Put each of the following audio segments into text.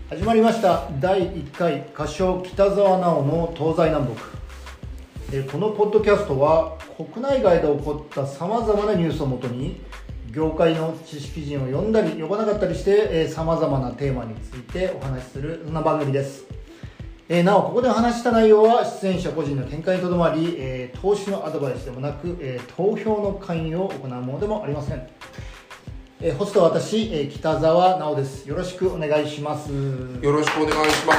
始まりました第1回歌唱北沢直の東西南北。このポッドキャストは国内外で起こったさまざまなニュースをもとに業界の知識人を呼んだり呼ばなかったりしてさまざまなテーマについてお話しするそんな番組です。なおここでお話した内容は出演者個人の見解にとどまり、投資のアドバイスでもなく、投票の勧誘を行うものでもありません。ホストは私、北沢直です。よろしくお願いします。 よろしくお願いします。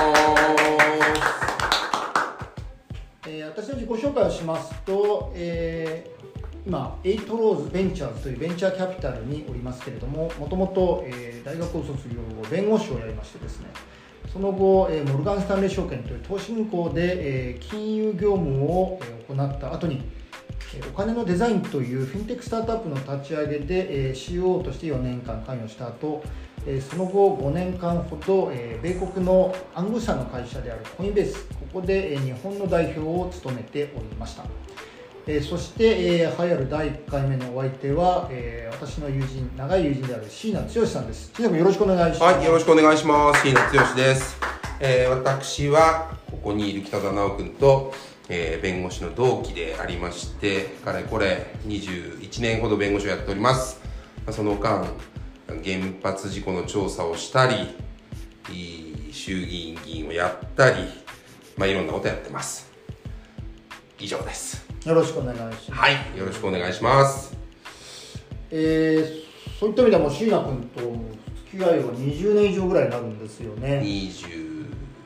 私の自己紹介をしますと、今エイトローズベンチャーズというベンチャーキャピタルにおりますけれども、もともと大学を卒業後弁護士をやりましてですね、その後モルガン・スタンレー証券という投資銀行で金融業務を行った後にお金のデザインというフィンテックスタートアップの立ち上げで COO として4年間関与した後、その後5年間ほど米国の暗号資産の会社であるコインベース、ここで日本の代表を務めておりました。そして栄えある第1回目のお相手は私の友人、長い友人である椎名剛さんです。椎名君、よろしくお願いします。 はい、よろしくお願いします。椎名剛です。私はここにいる北沢直君と弁護士の同期でありまして、かれこれ21年ほど弁護士をやっております。その間、原発事故の調査をしたり、衆議院議員をやったり、いろんなことやってます。以上です。 よろしくお願いします。 はい、よろしくお願いします。 そういった意味では椎名君と付き合いは20年以上ぐらいになるんですよね。 23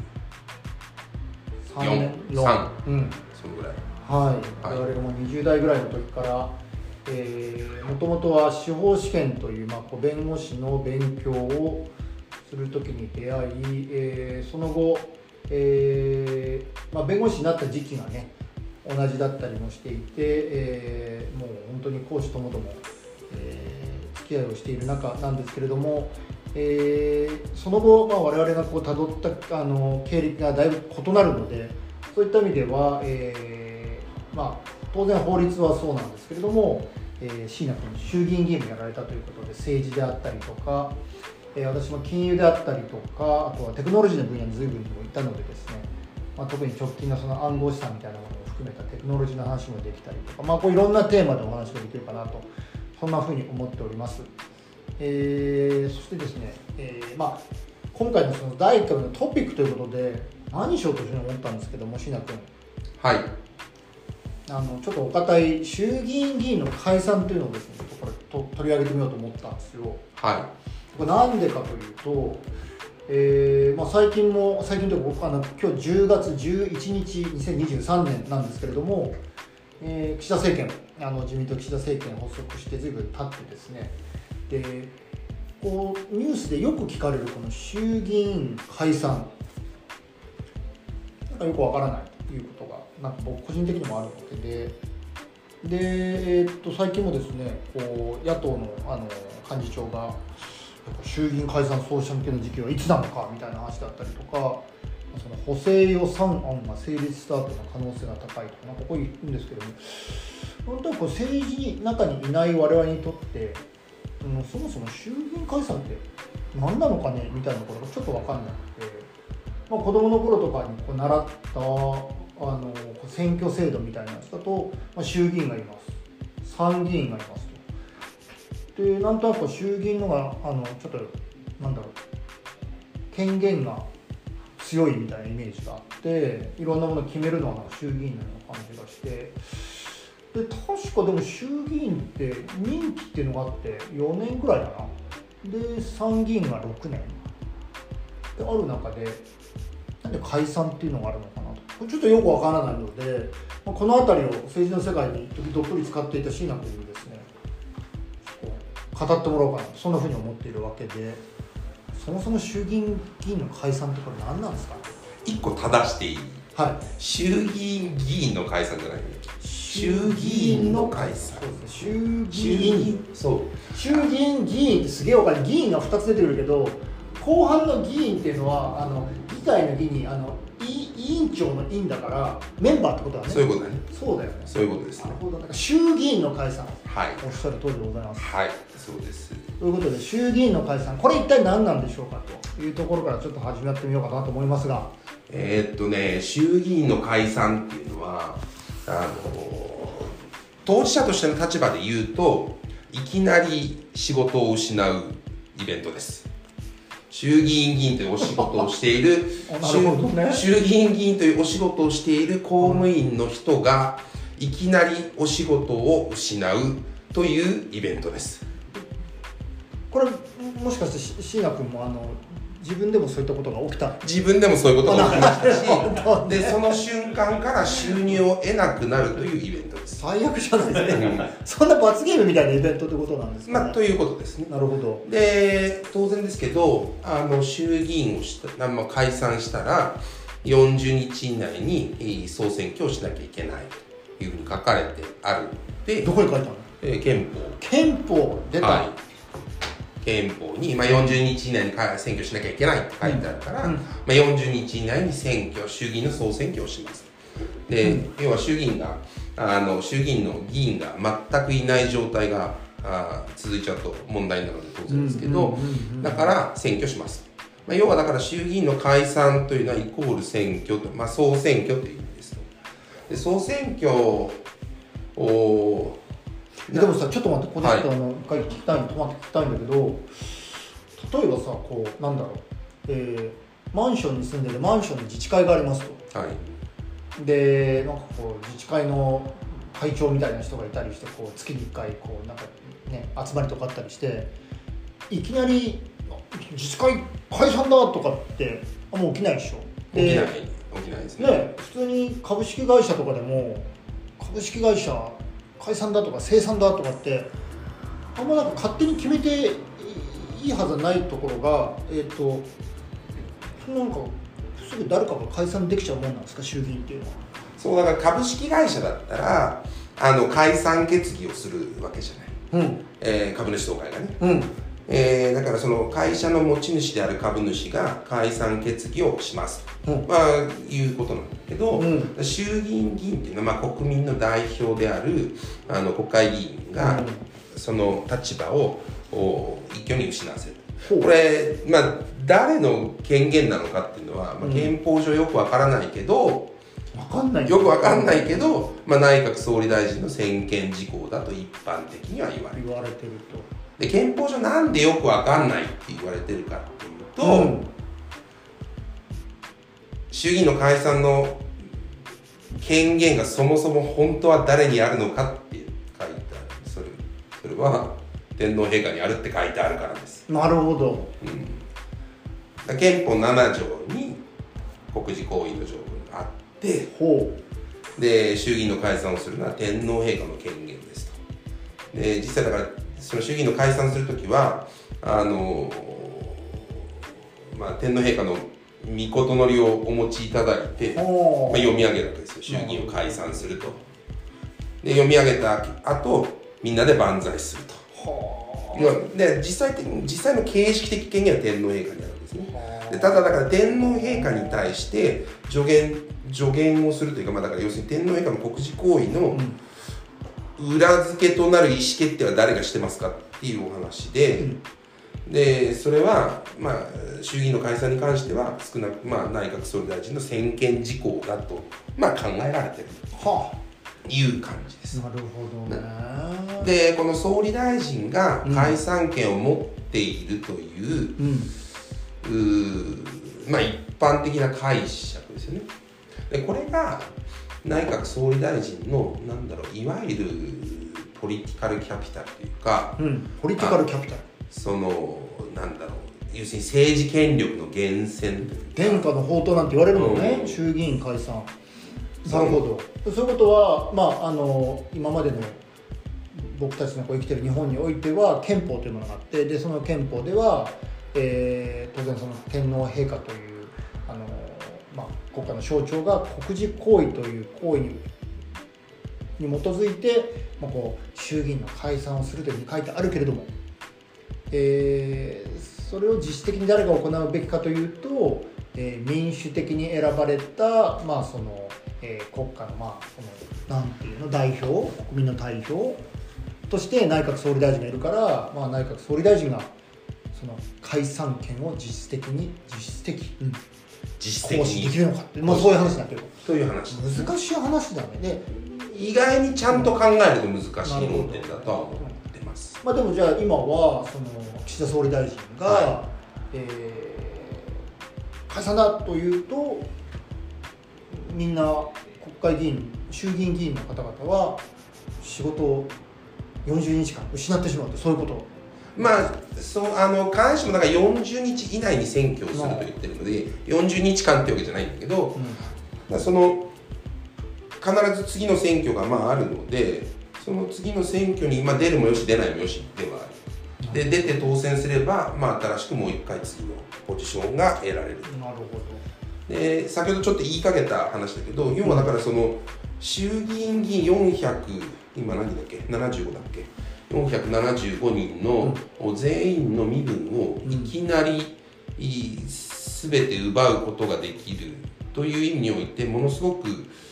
年、 そのぐらい。 はい、我々がもう20代ぐらいの時からもともとは司法試験という、弁護士の勉強をする時に出会い、その後、弁護士になった時期がね同じだったりもしていて、もう本当に講師ともども、付き合いをしている中なんですけれども、その後、我々がたどった経歴がだいぶ異なるので、そういった意味では、当然法律はそうなんですけれども、椎名君衆議院議員もやられたということで、政治であったりとか、私も金融であったりとか、あとはテクノロジーの分野に随分にもいたのでですね、特に直近のその暗号資産みたいなものを含めたテクノロジーの話もできたりとか、こういろんなテーマでお話ができるかなと、そんなふうに思っております。そしてですね、今回のその第1回のトピックということで何しようというふうに思ったんですけども、椎名君、 はい、 ちょっとお堅い衆議院議員の解散というのをですね、これ取り上げてみようと思ったんですよ。 はい、 これなんでかというと、最近というか今日10月11日2023年なんですけれども、岸田政権、自民党岸田政権発足して随分経ってですね、でこうニュースでよく聞かれるこの衆議院解散、よくわからないということが僕個人的にもあるわけで、最近もですね、こう野党の幹事長が衆議院解散総社向けの時期はいつなのかみたいな話だったりとか、その補正予算案が成立した後の可能性が高いとか、ここ言うんですけども、本当にこう政治の中にいない我々にとって、そもそも衆議院解散って何なのかねみたいなことがちょっと分かんなくて、子供の頃とかにこう習った選挙制度みたいなやつだと、衆議院がいます、参議院がいますと。でなんとなく衆議院のがちょっと権限が強いみたいなイメージがあって、いろんなものを決めるのは衆議院のような感じがして、で確かでも衆議院って任期っていうのがあって4年ぐらいかな、で参議院が6年である中で、なんで解散っていうのがあるのかなと、ちょっとよくわからないので、この辺りを政治の世界にどっぷり使っていた椎名君にですね、語ってもらおうかなと、そんなふうに思っているわけで、そもそも衆議院議員の解散ってこれ何なんですかね。 1個正していい？ はい。 衆議院議員の解散じゃないね。衆議院の解散。 そうですね。衆議院議員ってすげえわかる。議員が2つ出てくるけど、後半の議員っていうのは議会の議に委員長の委員だからメンバーってことだね。 そういうことだね。 そうだよね。 そういうことですね。 なるほど。なんか衆議院の解散、 はい、 おっしゃる通りでございます。 はい、そうです。 ということで衆議院の解散、これ一体何なんでしょうかというところからちょっと始めてみようかなと思いますが、 衆議院の解散っていうのは当事者としての立場で言うといきなり仕事を失うイベントです。衆議院議員というお仕事をしている衆議院議員というお仕事をしている公務員の人がいきなりお仕事を失うというイベントです。 これもしかして椎名君も自分でもそういったことが起きた？ 自分でもそういうことが起きましたしでその瞬間から収入を得なくなるというイベントです。 最悪じゃないですねそんな罰ゲームみたいなイベントってことなんですかね。 ということですね。 なるほど。 で当然ですけど衆議院を解散したら40日以内に総選挙をしなきゃいけないというふうに書かれてあるで、 どこに書いてあるの？憲法出た、はい、 憲法に、40日以内に選挙しなきゃいけないって書いてあるから、40日以内に衆議院の総選挙をします。で、要は衆議院の議員が全くいない状態が続いちゃうと問題なので当然ですけど、だから選挙します。要はだから衆議院の解散というのはイコール選挙と、総選挙という意味ですと。で総選挙をでもさ、ちょっと待って、ここで一回聞きたいんだけど、例えばさ、こうなんだろう、マンションに住んでてマンションに自治会がありますと、はい、でなんかこう自治会の会長みたいな人がいたりして、こう月に1回こうなんかね集まりとかあったりして、いきなり自治会解散だとかってもう起きないでしょ。 起きないですね。 普通に株式会社とかでも株式会社解散だとか清算だとかってあんまなんか勝手に決めていいはずないところが、なんかすぐ誰かが解散できちゃうもんなんですか、衆議院っていうのは。 そうだから株式会社だったら解散決議をするわけじゃない、株主総会がね、だからその会社の持ち主である株主が解散決議をします、いうことなんだけど、衆議院議員っていうのは国民の代表である国会議員が、その立場を一挙に失わせる。これ、誰の権限なのかっていうのは、憲法上よくわからないけど、内閣総理大臣の専権事項だと一般的には言われてると。で憲法上なんでよくわかんないって言われてるかっていうと、衆議院の解散の権限がそもそも本当は誰にあるのかって書いてある。それは天皇陛下にあるって書いてあるからです。 なるほど、 憲法7条に国事行為の条文があって、で衆議院の解散をするのは天皇陛下の権限ですと。で実際だからその衆議院の解散するときは天皇陛下の御事のりをお持ちいただいて、読み上げるわけですよ。衆議院を解散すると。で読み上げた後みんなで万歳すると。で実際の形式的権限は天皇陛下にあるんですね。でただだから天皇陛下に対して助言をするというか、だから要するに天皇陛下の国事行為の裏付けとなる意思決定は誰がしてますかっていうお話で、でそれは衆議院の解散に関しては少なく内閣総理大臣の専権事項だと考えられているという感じです。 なるほどね。 でこの総理大臣が解散権を持っているという、一般的な解釈ですよね。でこれが内閣総理大臣のいわゆるポリティカルキャピタルというか、 ポリティカルキャピタル、 要するに政治権力の源泉というか、 天下の宝刀なんて言われるもんね、衆議院解散。なるほど。そういうことは、今までの僕たちの生きてる日本においては憲法というものがあって、でその憲法では、当然その天皇陛下という国家の象徴が国事行為という行為に基づいて、衆議院の解散をするというふうに書いてあるけれども、それを実質的に誰が行うべきかというと、 民主的に選ばれた、国家の、なんていうの、代表、国民の代表として内閣総理大臣がいるから、内閣総理大臣がその解散権を実質的に行使できるのかって、そういう話になってる。 そういう話。 難しい話だね。で、 意外にちゃんと考えると難しい論点だとは思ってます。 でもじゃあ今はその岸田総理大臣が、解散だというと、みんな国会議員、衆議院議員の方々は仕事を40日間失ってしまうって、そういうこと。 必ずしもだから40日以内に選挙をすると言ってるので、40日間ってわけじゃないんだけど、その必ず次の選挙があるので、その次の選挙に出るもよし出ないもよしではある。で出て当選すれば、新しくもう一回次のポジションが得られる。 なるほど。 で先ほどちょっと言いかけた話だけど、要はだからその衆議院議員今何人だっけ、75だっけ、475人の全員の身分をいきなり全て奪うことができるという意味において、ものすごく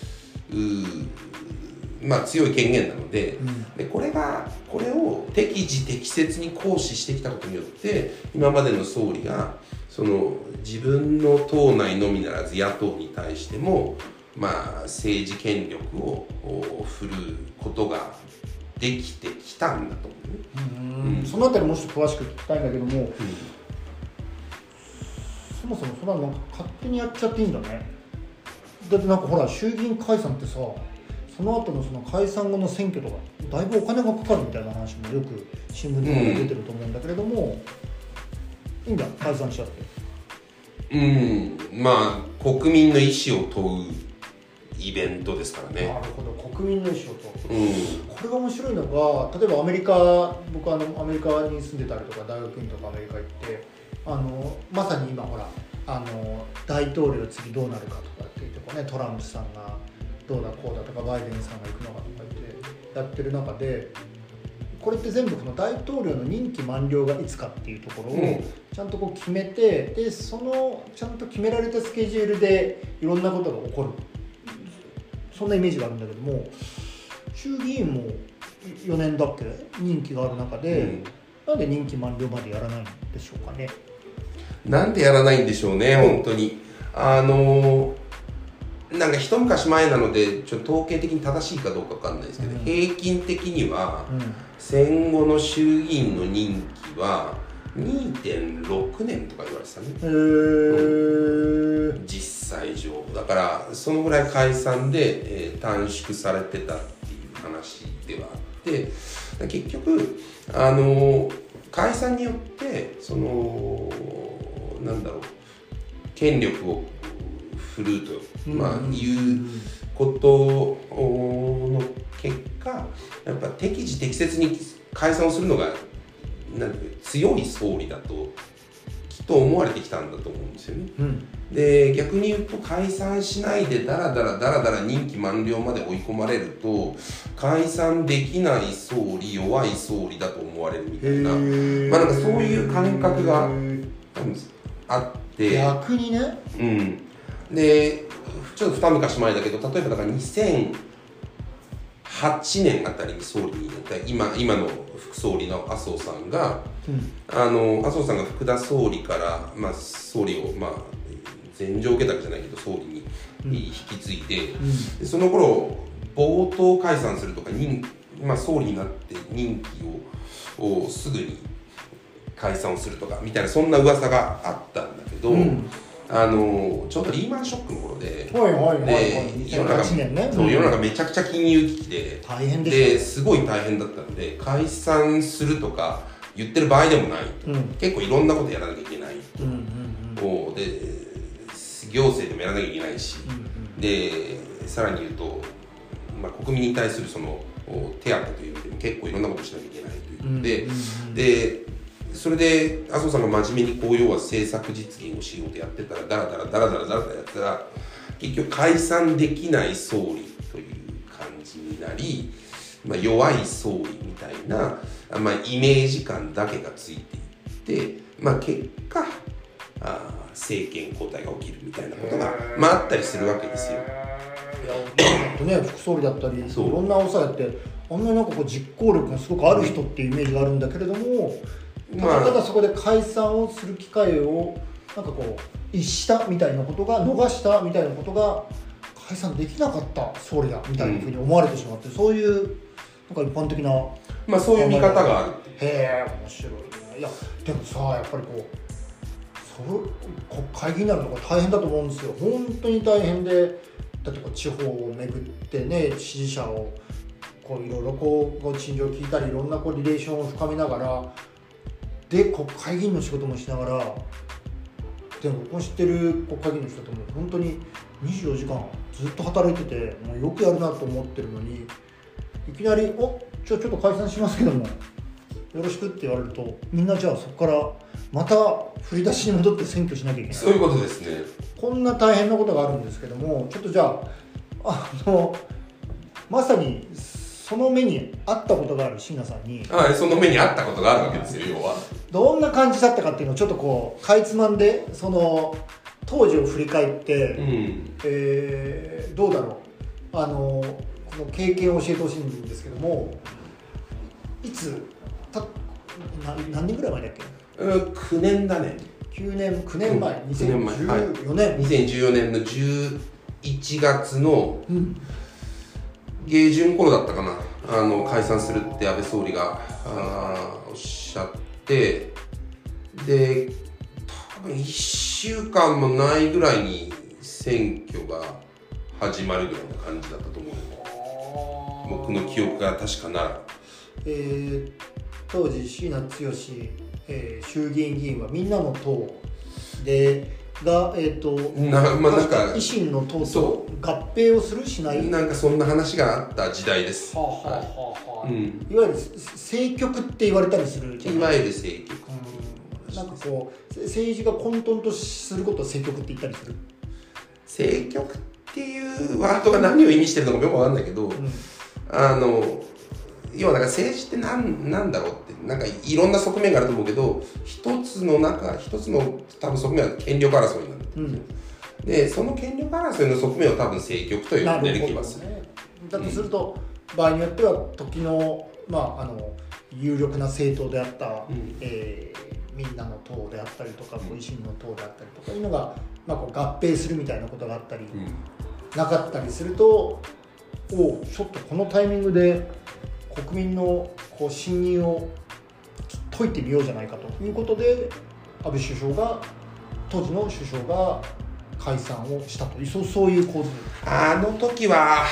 強い権限なので、でこれを適時適切に行使してきたことによって、今までの総理がその自分の党内のみならず野党に対しても、政治権力を振るうことができてきたんだと思うね。 そのあたりもうちょっと詳しく聞きたいんだけども、そもそもそれは勝手にやっちゃっていいんだね。だってほら、衆議院解散ってさ、その後のその解散後の選挙とかだいぶお金がかかるみたいな話もよく新聞とかで出てると思うんだけれども、いいんだ、解散しちゃって。 国民の意思を問うイベントですからね。 なるほど、国民の意思を問う。これが面白いのが、例えばアメリカ、僕アメリカに住んでたりとか、大学院とかアメリカ行って、まさに今ほら、大統領次どうなるかとかっていうとこね、トランプさんがどうだこうだとか、バイデンさんが行くのかとかってやってる中で、これって全部この大統領の任期満了がいつかっていうところをちゃんと決めて、でそのちゃんと決められたスケジュールでいろんなことが起こる、そんなイメージがあるんだけども、衆議院も4年だっけ任期がある中で、なんで任期満了までやらないんでしょうかね。 なんでやらないんでしょうね、本当に。一昔前なのでちょっと統計的に正しいかどうかわかんないですけど、平均的には、戦後の衆議院の任期は 2.6 年とか言われてたね。実際上だからそのぐらい解散で、短縮されてたっていう話ではあって、結局解散によってその権力を振るうと、いうことの結果、やっぱ適時適切に解散をするのが強い総理だときっと思われてきたんだと思うんですよね。で逆に言うと、解散しないでだらだら任期満了まで追い込まれると、解散できない総理、弱い総理だと思われるみたいな、そういう感覚があって、 逆にね。 でちょっと二昔前だけど、例えばだから2008年あたりに総理になった今の副総理の麻生さんが、麻生さんが福田総理から、総理を前場受けたわけじゃないけど総理に引き継いで、でその頃冒頭解散するとか、総理になって任期をすぐに解散をするとかみたいな、そんな噂があったんだけど、ちょうどリーマンショックの頃で、世の中めちゃくちゃ金融危機で大変ですごい大変だったので、解散するとか言ってる場合でもないと、結構いろんなことやらなきゃいけないと、で行政でもやらなきゃいけないし、でさらに言うと、国民に対するその手当という意味でも結構いろんなことしなきゃいけないというので、でそれで麻生さんが真面目に要は政策実現をしようとやってたら、だらだらやってたら、結局解散できない総理という感じになり、弱い総理みたいな、イメージ感だけがついていって、結果政権交代が起きるみたいなことが、あったりするわけですよ。 いや、副総理だったりいろんな抑えってあんなになんかこう実行力がすごくある人っていうイメージがあるんだけれども、ただただそこで解散をする機会をなんかこう逸したみたいなことが逃したみたいなことが解散できなかった総理だみたいなふうに思われてしまって、そういうなんか一般的なそういう見方がある。 へえ、面白いね。いやでもさ、やっぱりこう国会議員になるのが大変だと思うんですよ。本当に大変で、だってこう地方を巡ってね、支持者をこういろいろこう陳情を聞いたり、いろんなこうリレーションを深めながらで国会議員の仕事もしながら、でも僕も知ってる国会議員の人とも本当に24時間ずっと働いてて、もうよくやるなと思ってるのに、いきなりちょっと解散しますけどもよろしくって言われると、みんなじゃあそこからまた振り出しに戻って選挙しなきゃいけない。 そういうことですね。 こんな大変なことがあるんですけども、ちょっとじゃあまさにその目にあったことがある椎名さんに、 その目にあったことがあるわけですよ。要はどんな感じだったかっていうのをちょっとこうかいつまんで、その当時を振り返って、どうだろう、この経験を教えてほしいんですけども、いつ何年ぐらい前だっけ ？9年だね。 9年前、 2014年、2014年の11月の下旬頃だったかな、解散するって安倍総理がおっしゃって、で多分1週間もないぐらいに選挙が始まるぐらいな感じだったと思う。僕の記憶が確かなら、 当時椎名剛、衆議院議員はみんなの党でが、なんか維新の党と合併をするしない、 なんかそんな話があった時代です。 いわゆる政局って言われたりするじゃない。 いわゆる政局、 なんかこう政治が混沌とすることを政局って言ったりする。 政局っていうワードが何を意味してるのかよく分かんないけど、要はなんか政治ってなんだろうって、なんかいろんな側面があると思うけど、一つの多分側面は権力争いなんだと思うんですよ。でその権力争いの側面を多分政局と呼んでる気がする。 だとすると、場合によっては時の、有力な政党であった、みんなの党であったりとか、維新の党であったりとかいうのが、こう合併するみたいなことがあったり、なかったりすると、ちょっとこのタイミングで国民のこう信任を解いてみようじゃないかということで、安倍当時の首相が解散をしたという、そういう構図。 あの時は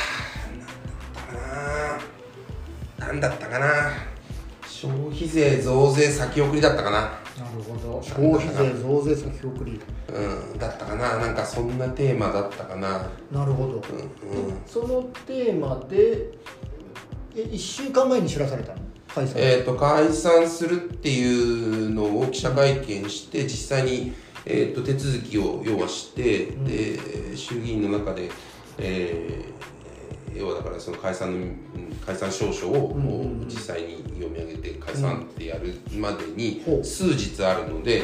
何だったかな、消費税増税先送りだったかな。 なるほど、消費税増税先送り、 だったかな、なんかそんなテーマだったかな。 なるほど、そのテーマで1週間前に知らされたの、解散。 解散するっていうのを記者会見して、実際に、手続きを要はして、で衆議院の中で、要はだからその解散証書を実際に読み上げて解散ってやるまでに数日あるので、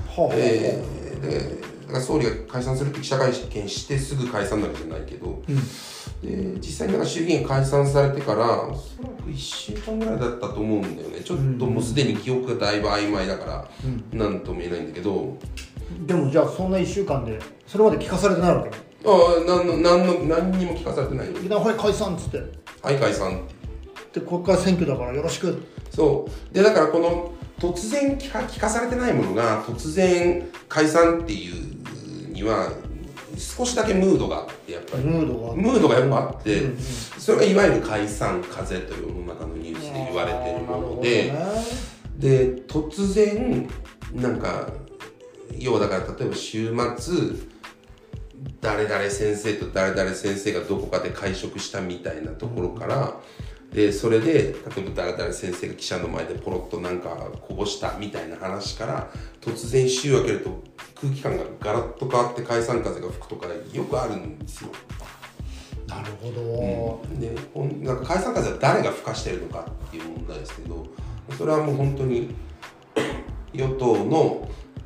だから総理が解散するって記者会見してすぐ解散なわけじゃないけど、で実際になんか衆議院解散されてからおそらく1週間ぐらいだったと思うんだよね。ちょっともうすでに記憶がだいぶ曖昧だから何とも言えないんだけど、 でもじゃあそんな1週間でそれまで聞かされてないわけね。 何にも聞かされてない。 はい、解散っつって、 はい、解散でここから選挙だからよろしく。 そうで、だからこの突然聞かされてないものが突然解散っていうには少しだけムードがあって、やっぱりムードがやっぱあって、それがいわゆる解散風という世の中のニュースで言われているもので、で突然なんか要はだから例えば週末誰々先生と誰々先生がどこかで会食したみたいなところから、でそれで例えば誰々先生が記者の前でポロッとなんかこぼしたみたいな話から突然週明けると空気感がガラッと変わって解散風が吹くとかよくあるんですよ。 なるほど、 でなんか解散風は誰が吹かしてるのかっていう問題ですけど、それはもう本当に与党の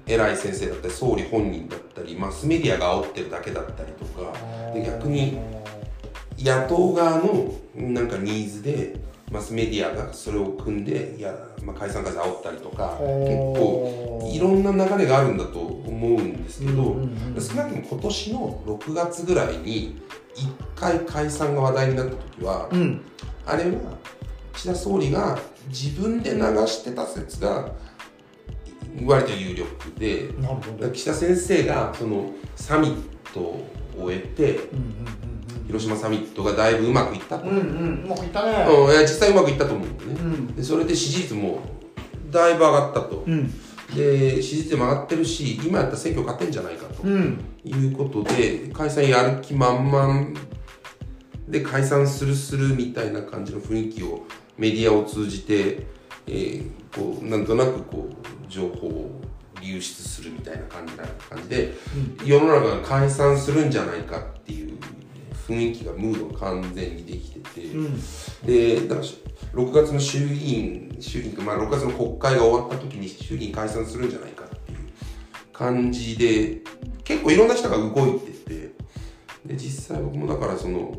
偉い先生だったり総理本人だったりマスメディアが煽ってるだけだったりとかで、逆に野党側のなんかニーズでマスメディアがそれを組んで解散風煽ったりとか、結構いろんな流れがあるんだと思うんですけど、少なくとも今年の6月ぐらいに1回解散が話題になった時は、あれは岸田総理が自分で流してた説が割と有力で、岸田先生がそのサミットを終えて、広島サミットがだいぶうまくいったと、うまくいったね、 実際うまくいったと思うんだよね、でそれで支持率もだいぶ上がったと、で支持率も上がってるし今やったら選挙勝ってんじゃないかと、いうことで解散やる気満々で解散するみたいな感じの雰囲気をメディアを通じて、こうなんとなくこう情報を流出するみたいな感じで、世の中が解散するんじゃないかっていう雰囲気がムードが完全にできてて、でだから6月の衆議院、6月の国会が終わった時に衆議院解散するんじゃないかっていう感じで結構いろんな人が動いてて、で実際僕もだからその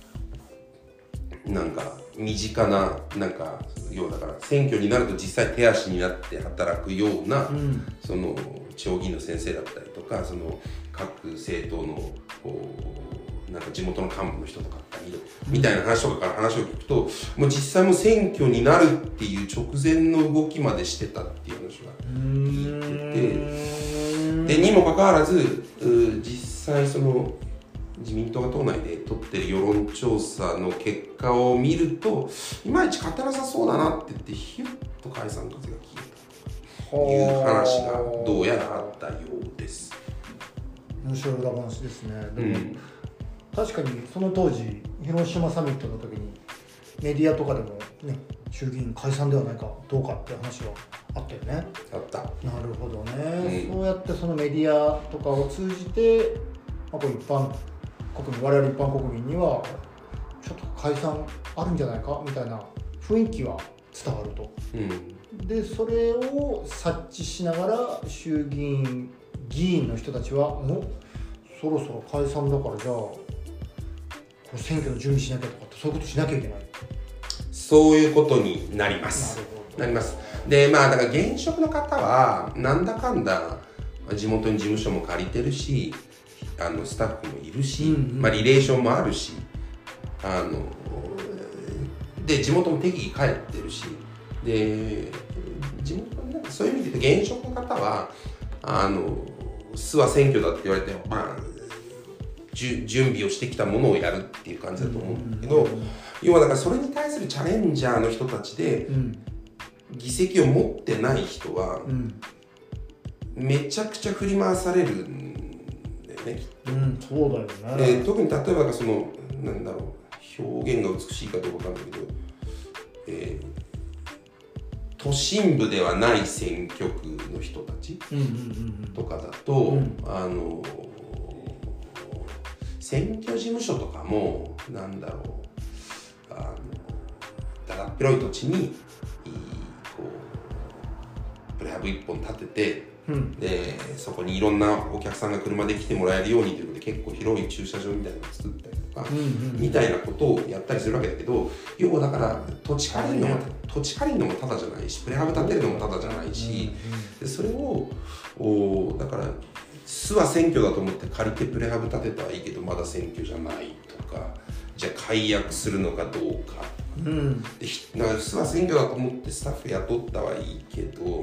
なんか身近ななんか要はだから選挙になると実際手足になって働くような、その地方議員の先生だったりとか、その各政党のこうなんか地元の幹部の人とかみたいな話とかから話を聞くと、もう実際もう選挙になるっていう直前の動きまでしてたっていう話が聞いてて、でにもかかわらず実際その自民党が党内で取ってる世論調査の結果を見るといまいち勝てなさそうだなって言ってヒュッと解散風が消えたという話がどうやらあったようです。 面白い裏話ですね。でも、確かにその当時広島サミットの時にメディアとかでもね衆議院解散ではないかどうかって話はあったよね。 あった。 なるほどね、そうやってそのメディアとかを通じて、こう一般国民、我々一般国民にはちょっと解散あるんじゃないかみたいな雰囲気は伝わると、でそれを察知しながら衆議院議員の人たちはもうそろそろ解散だからじゃあこれ選挙の準備しなきゃとかってそういうことしなきゃいけない、 そういうことになります。なります。でだから現職の方はなんだかんだ地元に事務所も借りてるしスタッフもいるし、リレーションもあるしで地元も適宜帰ってるしで地元なんかそういう意味で言うと現職の方は巣は選挙だって言われて準備をしてきたものをやるっていう感じだと思うんだけど、要はだからそれに対するチャレンジャーの人たちで、議席を持ってない人は、めちゃくちゃ振り回されるんだよね、きっと。 そうだよね。 特に例えばそのなんだろう、表現が美しいかどうかわかんないけど、都心部ではない選挙区の人たちとかだと、選挙事務所とかもなんだろう、だだっ広い土地にこうプレハブ1本立てて、でそこにいろんなお客さんが車で来てもらえるようにということで結構広い駐車場みたいなのを作ったりとか、みたいなことをやったりするわけだけど、要はだから土地借りるのもタダじゃないし、プレハブ建てるのもタダじゃないし、でそれをだから巣は選挙だと思って借りてプレハブ建てたらいいけどまだ選挙じゃないとか、じゃあ解約するのかどうか、でだから巣は選挙だと思ってスタッフ雇ったはいいけど、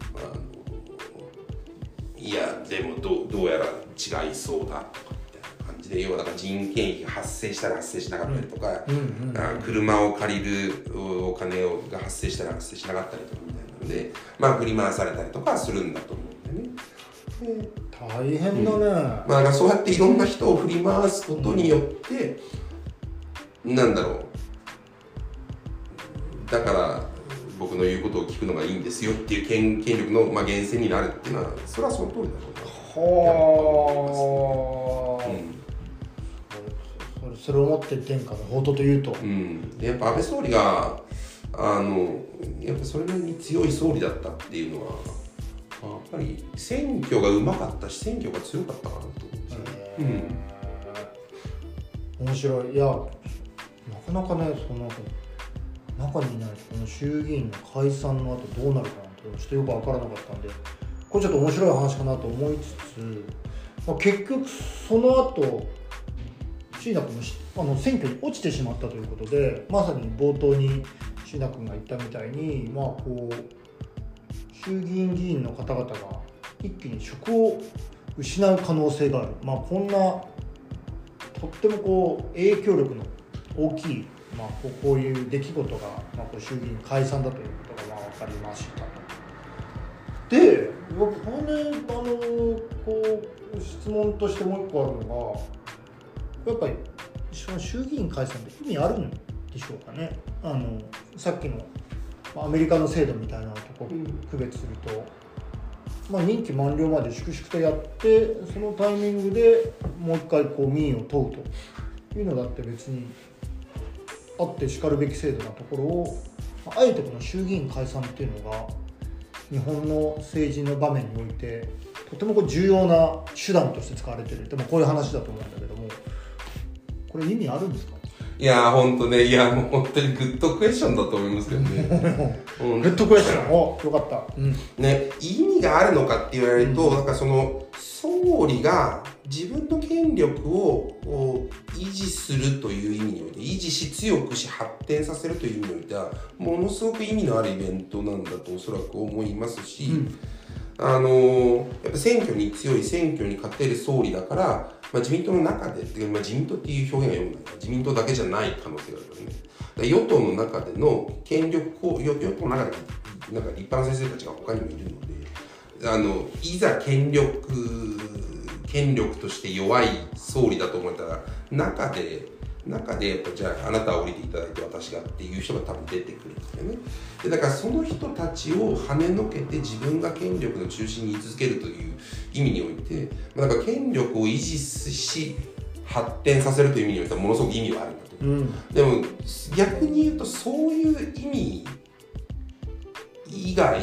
いやでもどうやら違いそうだとかみたいな感じで、要はだから人件費が発生したら発生しなかったりとか、車を借りるお金が発生したら発生しなかったりとかみたいなので、振り回されたりとかするんだと思うんだよね。 大変だね。 だからそうやっていろんな人を振り回すことによって、なんだろう、だから僕の言うことを聞くのがいいんですよっていう権力の源泉になるっていうのはそれはその通りだと思う。それをもって天下の法というと、 でやっぱ安倍総理がやっぱそれなりに強い総理だったっていうのはぱり選挙がうまかったし選挙が強かったかなと思って、 面白い。いやなかなかね、その中にいないこの衆議院の解散の後どうなるかなんてちょっとよく分からなかったんで、これちょっと面白い話かなと思いつつ、結局その後椎名君も選挙に落ちてしまったということで、まさに冒頭に椎名君が言ったみたいに、こう衆議院議員の方々が一気に職を失う可能性がある、こんなとってもこう影響力の大きい、こういう出来事が、こう衆議院解散だということが分かりましたと。で、こう質問としてもう一個あるのが、やっぱりその衆議院解散って意味あるんでしょうかね。さっきのアメリカの制度みたいなとこ区別すると、任期満了まで粛々とやって、そのタイミングでもう一回こう民意を問うというのだって別にあってしかるべき制度なところを、あえてこの衆議院解散っていうのが日本の政治の場面においてとてもこう重要な手段として使われている。でもこういう話だと思うんだけども、これ意味あるんですか？ いやー本当ね、いやもう本当にグッドクエスチョンだと思いますけどね。 グッドクエスチョン、よかった。 ね、意味があるのかって言われると、なんかその総理が自分の権力を維持するという意味において、維持し強くし発展させるという意味においてはものすごく意味のあるイベントなんだとおそらく思いますし、やっぱ選挙に強い、選挙に勝てる総理だから、自民党の中で、自民党っていう表現がよくない、自民党だけじゃない可能性があるからね。与党の中での権力を、与党の中でなんか立派な先生たちが他にもいるので、いざ権力として弱い総理だと思えたら、中でやっぱじゃああなたは降りていただいて私がっていう人が多分出てくるんですよね。でだからその人たちを跳ねのけて自分が権力の中心に居続けるという意味において、なんか権力を維持し発展させるという意味においてはものすごく意味はあるんだと。でも逆に言うとそういう意味以外、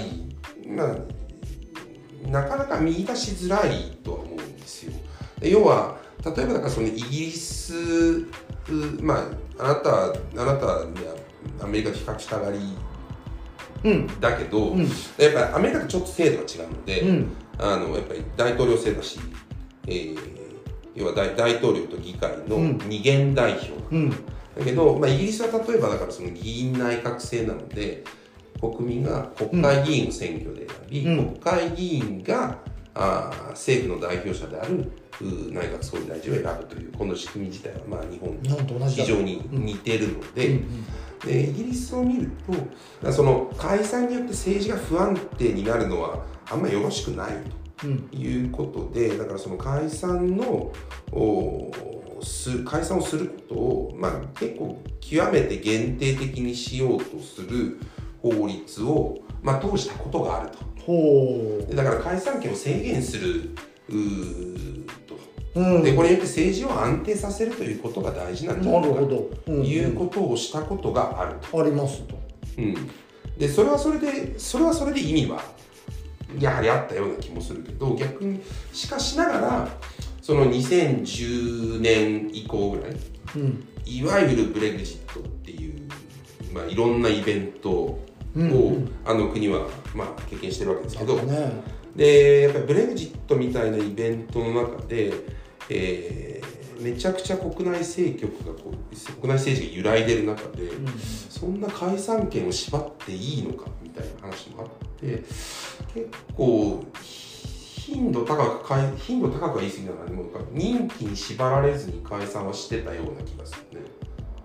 なかなか見出しづらいとは思うんですよ。要は例えばだからそのイギリス、あなたはアメリカと比較したがりだけど、やっぱりアメリカとちょっと制度が違うので、やっぱり大統領制だし、要は大統領と議会の二元代表、だけど、イギリスは例えばだからその議院内閣制なので、国民が国会議員を選挙で選び、国会議員が政府の代表者である内閣総理大臣を選ぶというこの仕組み自体は日本に非常に似てるので、イギリスを見るとその解散によって政治が不安定になるのはあんまりよろしくないということで、だからその解散をすることを、結構極めて限定的にしようとする法律を、通したことがあると。だから解散権を制限するでこれによって政治を安定させるということが大事なんじゃないかということをしたことがあると。 ありますと。 でそれはそれで意味はやはりあったような気もするけど、逆にしかしながらその2010年以降ぐらい、いわゆるブレグジットっていう、いろんなイベントを、国は、経験してるわけですけど、でやっぱりブレグジットみたいなイベントの中で、めちゃくちゃ国内政治が揺らいでる中で、そんな解散権を縛っていいのかみたいな話もあって、結構頻度高くは言い過ぎながら、任期に縛られずに解散はしてたような気がするね。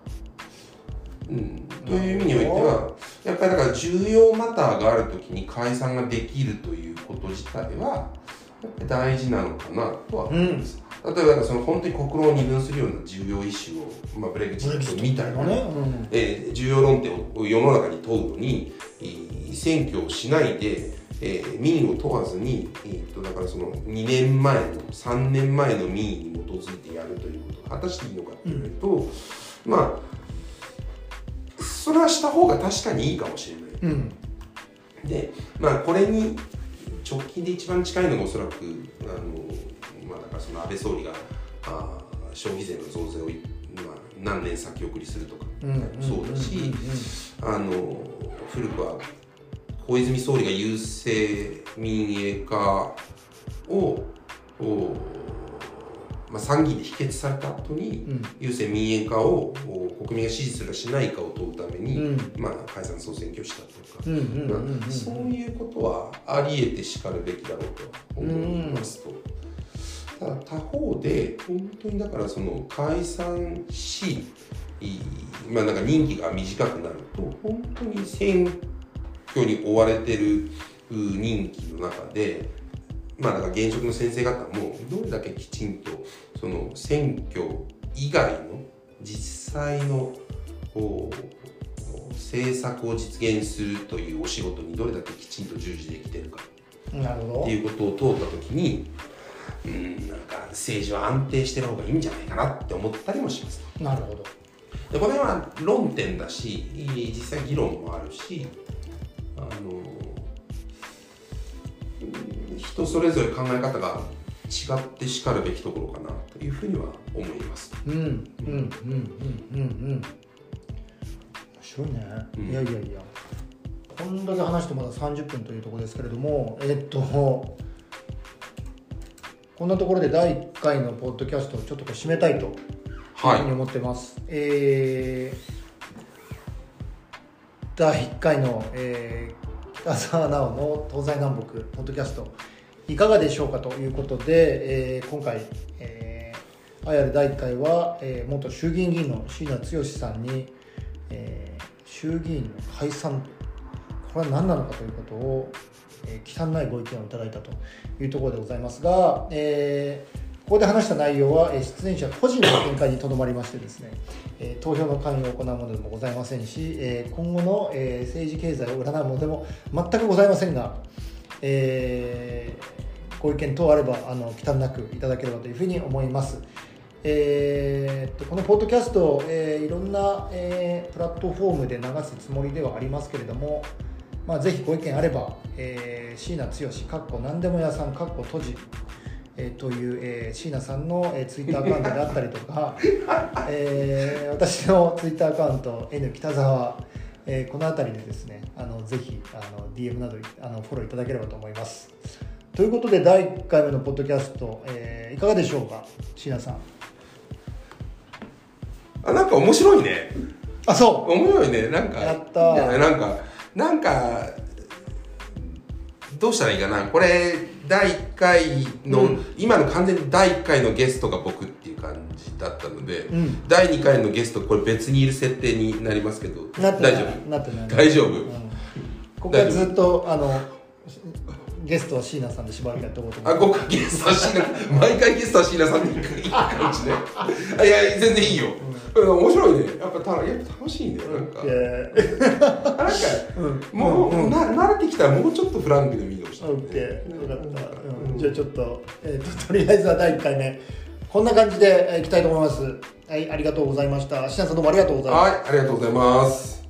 という意味においてはやっぱりだから重要マターがあるときに解散ができるということ自体はやっぱり大事なのかなとは思います。例えばその本当に国論を二分するような重要イシューを、ブレグジットみたいな、重要論点を世の中に問うのに選挙をしないで、民意を問わずに、だからその2年前の3年前の民意に基づいてやるということが果たしていいのかっていうと、それはした方が確かにいいかもしれない。で、これに直近で一番近いのがおそらくだからその安倍総理が消費税の増税を、何年先送りするとかそうだし、古くは小泉総理が郵政民営化を参議院で否決された後に、郵政民営化を国民が支持するかしないかを問うために、解散総選挙したとか、そういうことはあり得てしかるべきだろうと思いますと。ただ他方で本当にだからその解散し、なんか任期が短くなると本当に選挙に追われてる任期の中で、なんか現職の先生方もどれだけきちんとその選挙以外の実際の政策を実現するというお仕事にどれだけきちんと従事できてるかっていうことを問うたときに、なんか政治は安定してる方がいいんじゃないかなって思ったりもします。 なるほど。 でこれは論点だし、実際議論もあるし、人それぞれ考え方が違ってしかるべきところかなというふうには思います。面白いね。いやこんだけ話してまだ30分というところですけれども、こんなところで第1回のポッドキャストをちょっと締めたいというふうに思ってます。第1回の、北澤直の東西南北ポッドキャストいかがでしょうかということで、今回、IR 第1回は、元衆議院議員の椎名剛さんに、衆議院の解散、これは何なのかということを、忌憚ないご意見をいただいたというところでございますが、ここで話した内容は出演者個人の見解にとどまりましてですね、投票の関与を行うものでもございませんし、今後の政治経済を占うものでも全くございませんが、ご意見等あれば忌憚なくいただければというふうに思います。このポッドキャスト、いろんな、プラットフォームで流すつもりではありますけれども、ぜひご意見あれば、椎名剛何でも屋さん閉じという、椎名さんの、ツイッターアカウントであったりとか、私のツイッターアカウント N 北沢、この辺りでですねぜひDM などフォローいただければと思います。ということで第1回目のポッドキャスト、いかがでしょうか椎名さん。 なんか面白いね。 そう面白いね。なんかやった。 なんかどうしたらいいかな。これ第1回の、今の完全に第1回のゲストが僕っていう感じだったので、第2回のゲストこれ別にいる設定になりますけど、大丈夫？大丈夫？ ここはずっとゲストは椎名さんでしばらくやっておこうと思って。ゲストは椎名、毎回ゲストは椎名さんでいい感じで。いや全然いいよ。面白いね。やっぱ楽しいね。もう慣れてきたらもうちょっとフランクでもいいかもしれない。 よかった。じゃあちょっととりあえずは第1回目こんな感じでいきたいと思います。はい、ありがとうございました。椎名さんどうもありがとうございます。 はい、ありがとうございます。